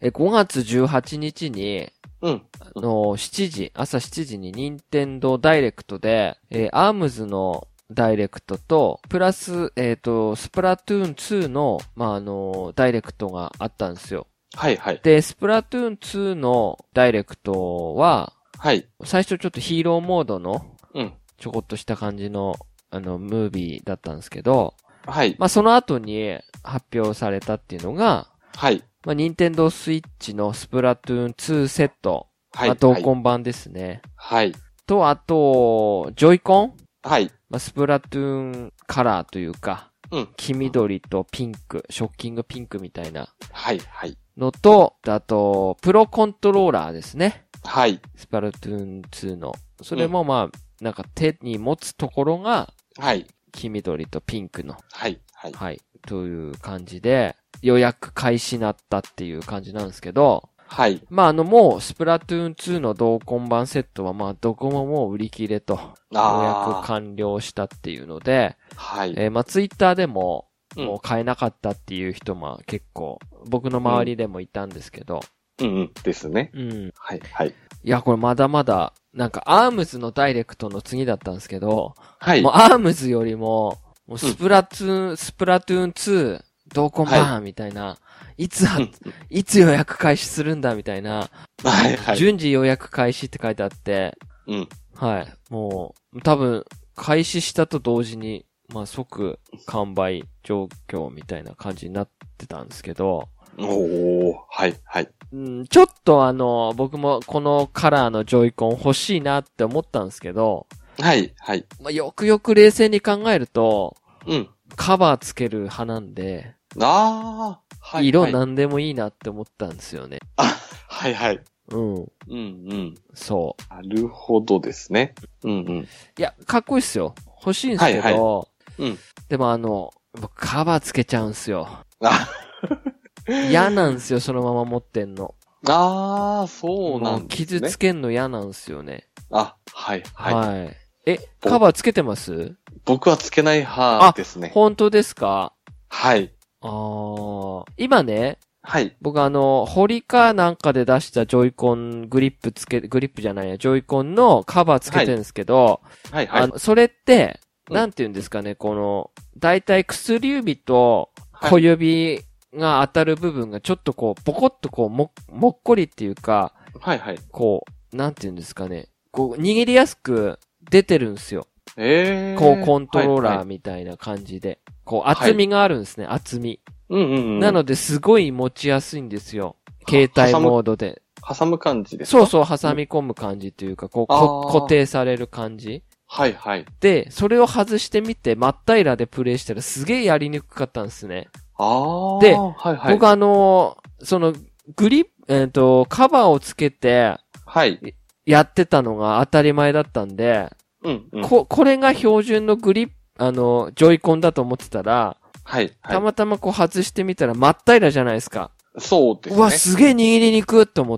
5月18日に、 うん。 朝7時に任天堂ダイレクトで、アームズのダイレクトと、プラス、スプラトゥーン2の、ダイレクトがあったんですよ。 はいはい。 で、スプラトゥーン2のダイレクトは、 はい。 最初ちょっとヒーローモードの、 うん。 ちょこっとした感じの、ムービーだったんですけど、 はい。 まあ、その後に発表されたっていうのが、 はい。 まあ、ニンテンドースイッチのスプラトゥーン2セット、 はい。 まあ、同梱版ですね。 はい。 と、あと、ジョイコン、 はい。 まあ、スプラトゥーンカラーというか、 うん。 黄緑とピンク、ショッキングピンクみたいなはい。はい。 のと、あと、プロコントローラーですね。 はい。 スプラトゥーン2の。それもまあ、なんか手に持つところが、 はい。 黄緑とピンクの。 はい。はい。 はい。という感じで、予約開始になったっていう感じなんですけど、 はい。 まあもう、スプラトゥーン2の同梱版セットはまあ、どこももう売り切れと、予約完了したっていうので、 はい。 まあツイッターでも、 うんもう買えなかったっていう人も結構、僕の周りでもいたんですけど、 うんうんですね。 うん。 はい。はい。 いや、これまだまだ、なんかアームズのダイレクトの次だったんですけど、 はい。 もうアームズよりもうスプラトゥーン2、同梱版みたいな、いつ予約開始するんだみたいな、 はいはい。 順次予約開始って書いてあって、 うん。 はい。もう、多分、開始したと同時に、まあ即完売状況みたいな感じになってたんですけど、 おー、はいはい。 うん、ちょっと僕もこのカラーのジョイコン欲しいなって思ったんですけど、 はいはい。 まあ、よくよく冷静に考えると、 うん。 カバーつける派なんで、 あー、はい。 色なんでもいいなって思ったんですよね。 あ、はいはい。 うん。 うんうん。 そなるほどですね。うんうん。 う。いや、かっこいいっすよ。欲しいんですけど、 はいはうん。 でも僕カバーつけちゃうんすよ。 あ、 嫌なんすよ、そのまま持ってんの。 あー、そうなんですね。 傷つけんの嫌なんすよね。 あ、はいはい。 はい。カバーつけてます？ 僕はつけない派ですね。 本当ですか？ はい。 今ね、 はい。 僕ホリカなんかで出したジョイコングリップじゃないや、ジョイコンのカバーつけてるんですけど、 はいはい。 それって、 うんなんて言うんですかね、だいたい薬指と小指が当たる部分がちょっとポコッともっこりっていうか、 はいはい。 なんて言うんですかね、握りやすく出てるんですよ。コントローラーみたいな感じで。厚みがあるんですね、厚み。 うんうんうん。 なので、すごい持ちやすいんですよ。携帯モードで。 挟む感じですか？ そう、挟み込む感じというか、固定される感じ。 はいはい。 で、それを外してみて、真っ平らでプレイしたらすげえやりにくかったんですね。で、 はいはい。 僕カバーをつけて、 はい。 やってたのが当たり前だったんで、 うんうん。 これが標準のジョイコンだと思ってたら、 はい。 たまたま外してみたら真っ平らじゃないですか。 そうですね。 うわ、すげえ握りにくって思って。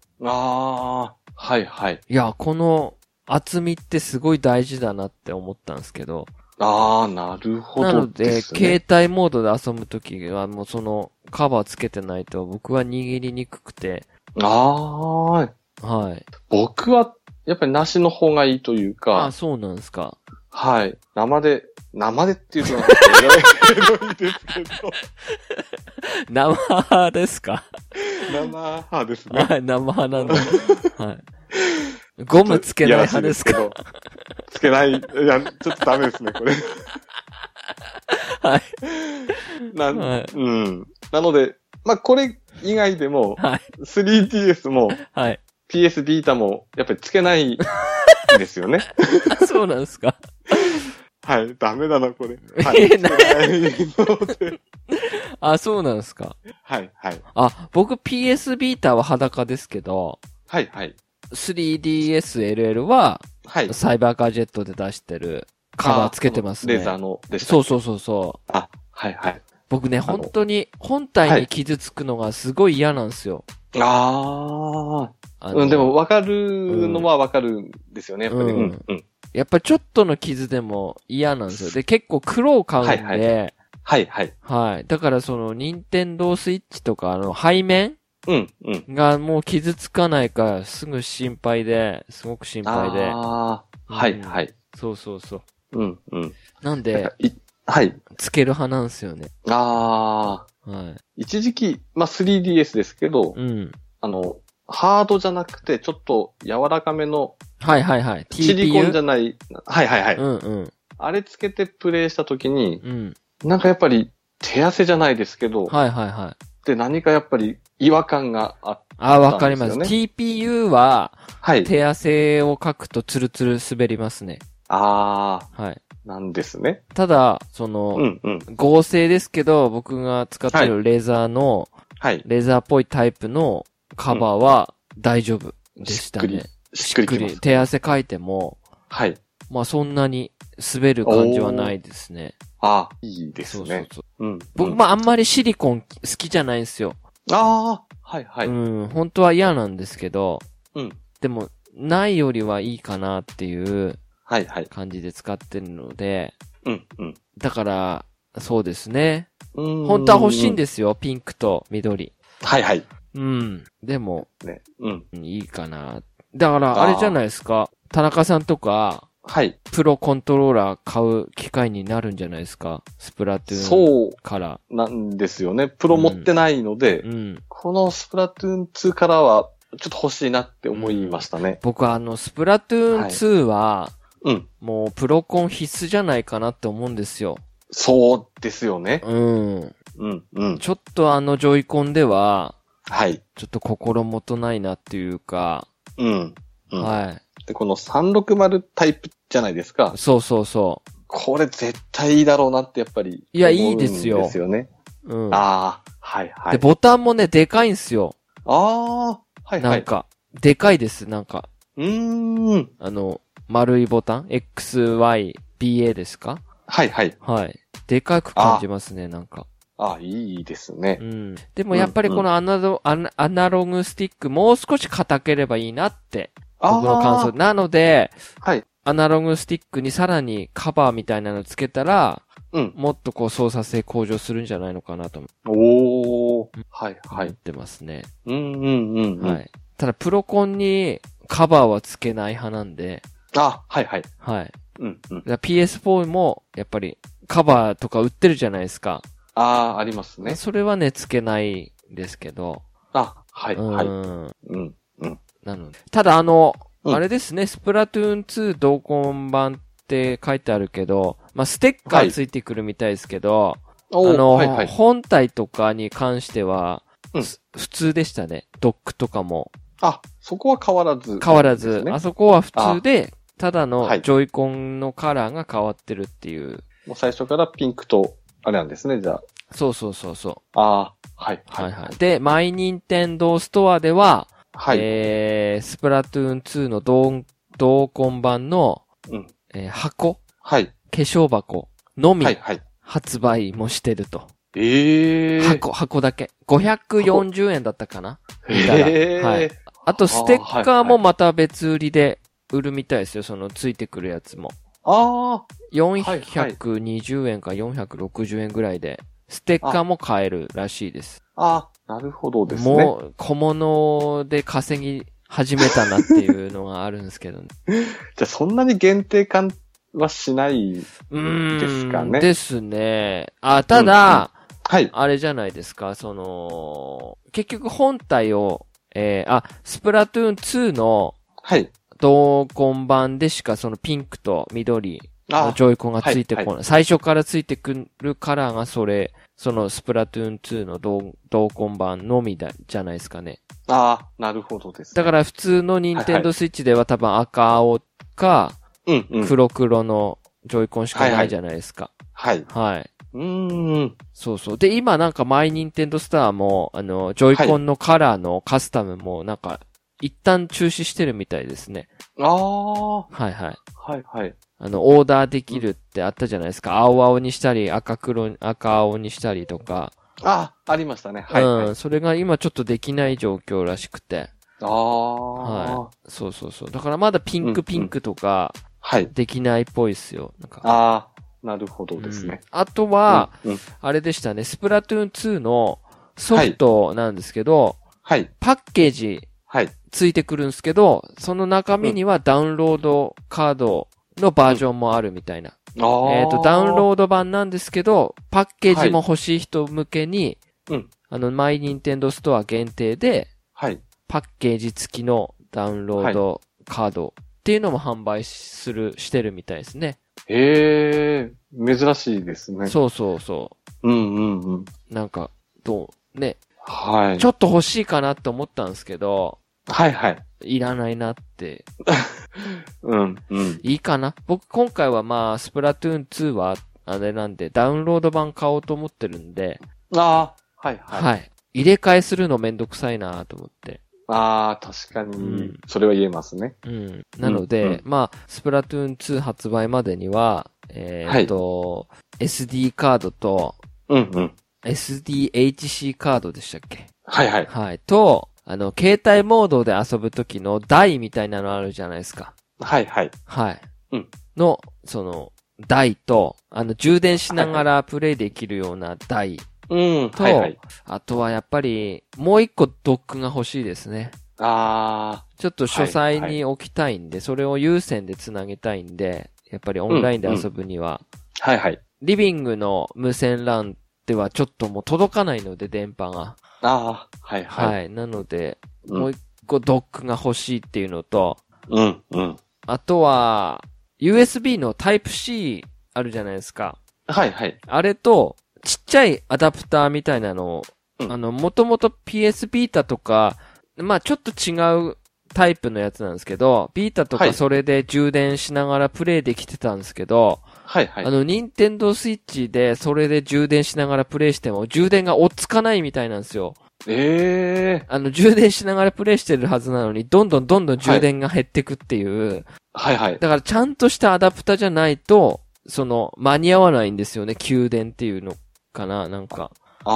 はいはい。 いや、この厚みってすごい大事だなって思ったんですけど。 なるほど、ね。 なので、携帯モードで遊ぶときはもうカバーつけてないと僕は握りにくくて。 はい。僕は、やっぱり梨の方がいいというか。 そうなんですか。 はい。生でっていうとなんかいいですけど。 生派ですか？ 生派ですね。 はい、生派なんだ。はい。ゴムつけない派ですか？ つけない。いや、ちょっとダメですね、これ。 はい。 うん。なので、まあ、これ以外でも、 はい。 3DS も、 はい。 PS ビータも、やっぱりつけないんですよね。 そうなんですか。 はい、ダメだな、これ。はい。つけないので。 そうなんですか。 はい、はい。 僕 PS ビータは裸ですけど、 はい、はい。 3DSLL は、 はい。 サイバーガジェットで出してるカバーつけてますね。 レーザーのでした。 そう。 はい、はい。 僕ね、本当に本体に傷つくのがすごい嫌なんですよ。 でも分かるのは分かるんですよね、やっぱり。 やっぱちょっとの傷でも嫌なんですよ。で、結構苦労買うんで、 はい。 だから任天堂スイッチとか背面うんうん。 がもう傷つかないからすぐ心配で、すごく心配で。 ああ、はいはい。 そうそうそう。 うんうん。 なんで、 はい。 つける派なんですよね。 ああ。 はい。 一時期、まあ、3DS ですけど、 うん。 ハードじゃなくて、ちょっと柔らかめの、 はいはいはい。 シリコン TPU？ じゃない、はいはいはい。 うんうん。 あれつけてプレイしたときに、 うん。 なんかやっぱり手汗じゃないですけど、 はいはいはい。 で何かやっぱり違和感があったんですよね。 あ、わかります。TPU は、 はい。 手汗をかくとツルツル滑りますね。 ああ。 はい。 なんですね。 ただ、 うんうん。 合成ですけど、僕が使ってるレザーの、 はい。 レザーっぽいタイプのカバーは大丈夫でしたね。 しっくり。 手汗かいても、 はい。 まあそんなに滑る感じはないですね。 ああ、いいですね。 そう。 うん。 僕、まああんまりシリコン好きじゃないんですよ。 ああ、はいはい。 うん、本当は嫌なんですけど、 うん。 でも、ないよりはいいかなっていうはいはい。 感じで使ってるので、 うんうん。 だから、そうですね。本当は欲しいんですよ、ピンクと緑。 はいはい。 うん。でも、 ね。うん。 いいかな。だから、あれじゃないですか。田中さんとか、 はい。 プロコントローラー買う機会になるんじゃないですか。スプラトゥーンから。 そうなんですよね。プロ持ってないので、 うん。 このスプラトゥーン2からは、ちょっと欲しいなって思いましたね。 僕はスプラトゥーン2は、 うん。 もうプロコン必須じゃないかなって思うんですよ。 そうですよね。 うん。 うん。 ちょっとジョイコンでは、 はい。 ちょっと心もとないなっていうか、 うん。 はい。 で、この360タイプじゃないですか。 そう。 これ絶対いいだろうなってやっぱり。 いや、いいですよ。 ですよね。 うん。 ああ、はいはい。 で、ボタンもね、でかいんすよ。 ああ、はいはい。 なんか、でかいです、なんか。丸いボタン ?X、Y、BA ですか？ はいはい。 はい。でかく感じますね、なんか。 ああ、いいですね。 うん。でもやっぱりこのアナログスティックもう少し硬ければいいなって、僕の感想。なので、 はい。 アナログスティックにさらにカバーみたいなのつけたら、 うん。 もっとこう操作性向上するんじゃないのかなとおー。はいはい。 思ってますね。 はい。 ただプロコンにカバーはつけない派なんで。 あ、はいはい。 はい。 PS4 もやっぱりカバーとか売ってるじゃないですか。 ありますね。 それはね、つけないですけど。 はいはい。 なので。ただあれですね、スプラトゥーン2同梱版って書いてあるけど、まあ、ステッカーついてくるみたいですけど、本体とかに関しては、普通でしたね。ドックとかも。 そこは変わらず。 変わらず。あそこは普通で、ただのジョイコンのカラーが変わってるっていう。 もう最初からピンクと、あれなんですね、じゃあ。 そう。 はい。 で、マイニンテンドーストアでは、 はい。 スプラトゥーン2の同梱版の、箱。 はい。 化粧箱のみ。 はい。 発売もしてると。箱だけ。540円だったかな見たら。はい。あと、ステッカーもまた別売りで売るみたいですよ。ついてくるやつも。420円か460円ぐらいで、ステッカーも買えるらしいです。 なるほどですね。 もう、小物で稼ぎ始めたなっていうのがあるんですけどね。 じゃあ、そんなに限定感はしないですかね。 ですね。ただ、 はい。 あれじゃないですか、結局本体を、スプラトゥーン2の、 はい。 同梱版でしかピンクと緑のジョイコンがついてこない。最初からついてくるカラーがそのスプラトゥーン2の同梱版のみじゃないですかね。 なるほどですね。 だから普通のニンテンドースイッチでは多分赤青か、黒のジョイコンしかないじゃないですか。 はい。 そう。で、今なんかマイニンテンドスターも、ジョイコンのカラーのカスタムもなんか、一旦中止してるみたいですね。はい。オーダーできるってあったじゃないですか。青にしたり、赤青にしたりとか。 ありましたね。はい。 それが今ちょっとできない状況らしくて。 はい。 そう。だからまだピンクとか、できないっぽいっすよ。なんかなるほどですね。 あとは、あれでしたね、スプラトゥーン2のソフトなんですけど、 はい。 パッケージ、 はい。 ついてくるんですけど、その中身にはダウンロードカードのバージョンもあるみたいな。ダウンロード版なんですけど、パッケージも欲しい人向けに、マイニンテンドーストア限定で、 はい。 パッケージ付きのダウンロードカードっていうのも販売してるみたいですね。 へー、珍しいですね。 そうそうそう。なんか、ね。 はい。 ちょっと欲しいかなって思ったんですけど、 はいはい。 いらないなって。 いいかな？僕今回はまあ、スプラトゥーン2はあれなんで、ダウンロード版買おうと思ってるんで。 はい。 はい。入れ替えするのめんどくさいなと思って。 確かに、それは言えますね。 なので、まあ、スプラトゥーン2発売までには、SD カードと、SDHC カードでしたっけ？ はいはい。 はい。と、携帯モードで遊ぶときの台みたいなのあるじゃないですか。 はいはい。 はい。の、台と、充電しながらプレイできるような台と、あとはやっぱり、もう一個ドックが欲しいですね。ちょっと書斎に置きたいんで、それを有線でつなげたいんで、やっぱりオンラインで遊ぶには、リビングの無線 LAN ではちょっともう届かないので、電波が。はい。なので、もう一個ドックが欲しいっていうのと、あとは、USB の Type-C あるじゃないですか。あれと、ちっちゃいアダプターみたいなのを、もともと PS ビータとか、まあちょっと違うタイプのやつなんですけど、ビータとかそれで充電しながらプレイできてたんですけど、任天堂スイッチでそれで充電しながらプレイしても充電が追っつかないみたいなんですよ。充電しながらプレイしてるはずなのに、どんどん充電が減ってくっていう。だからちゃんとしたアダプタじゃないと、間に合わないんですよね、給電っていうのかな、なんか。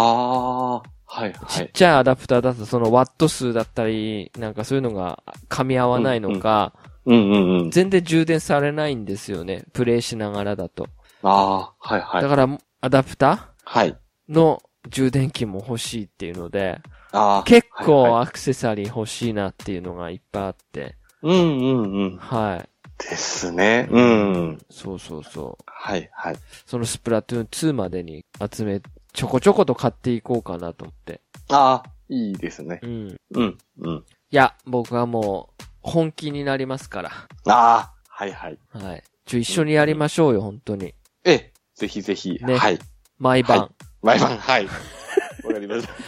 ちっちゃいアダプターだとワット数だったり、なんかそういうのが噛み合わないのか、全然充電されないんですよね、プレイしながらだと。だから、アダプターの充電器も欲しいっていうので、結構アクセサリー欲しいなっていうのがいっぱいあって。はい。 ですね。 そうそうそう。 そのスプラトゥーン2までにちょこちょこと買っていこうかなと思って。 いいですね。 いや、僕はもう、本気になりますから。 はい。 一緒にやりましょうよ、本当に。 ぜひぜひ。 ね。毎晩。 わかりました。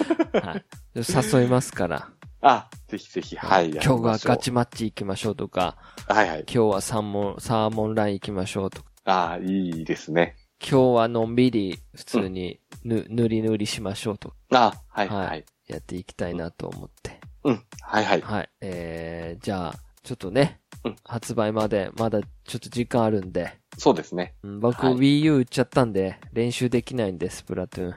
誘いますから。 ぜひぜひ、 今日はガチマッチ行きましょうとか。今日はサーモンライン行きましょうとか。いいですね。 今日はのんびり普通に塗りしましょうと。やっていきたいなと思って。じゃあ、ちょっとね、発売までまだちょっと時間あるんで。 そうですね。 僕 Wii U 売っちゃったんで、練習できないんで、スプラトゥーン。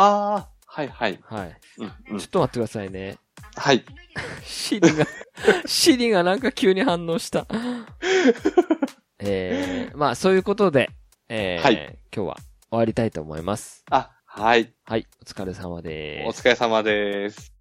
ちょっと待ってくださいね。シリがなんか急に反応した。まあそういうことで、今日は終わりたいと思います。 はい。 お疲れ様です。 お疲れ様です。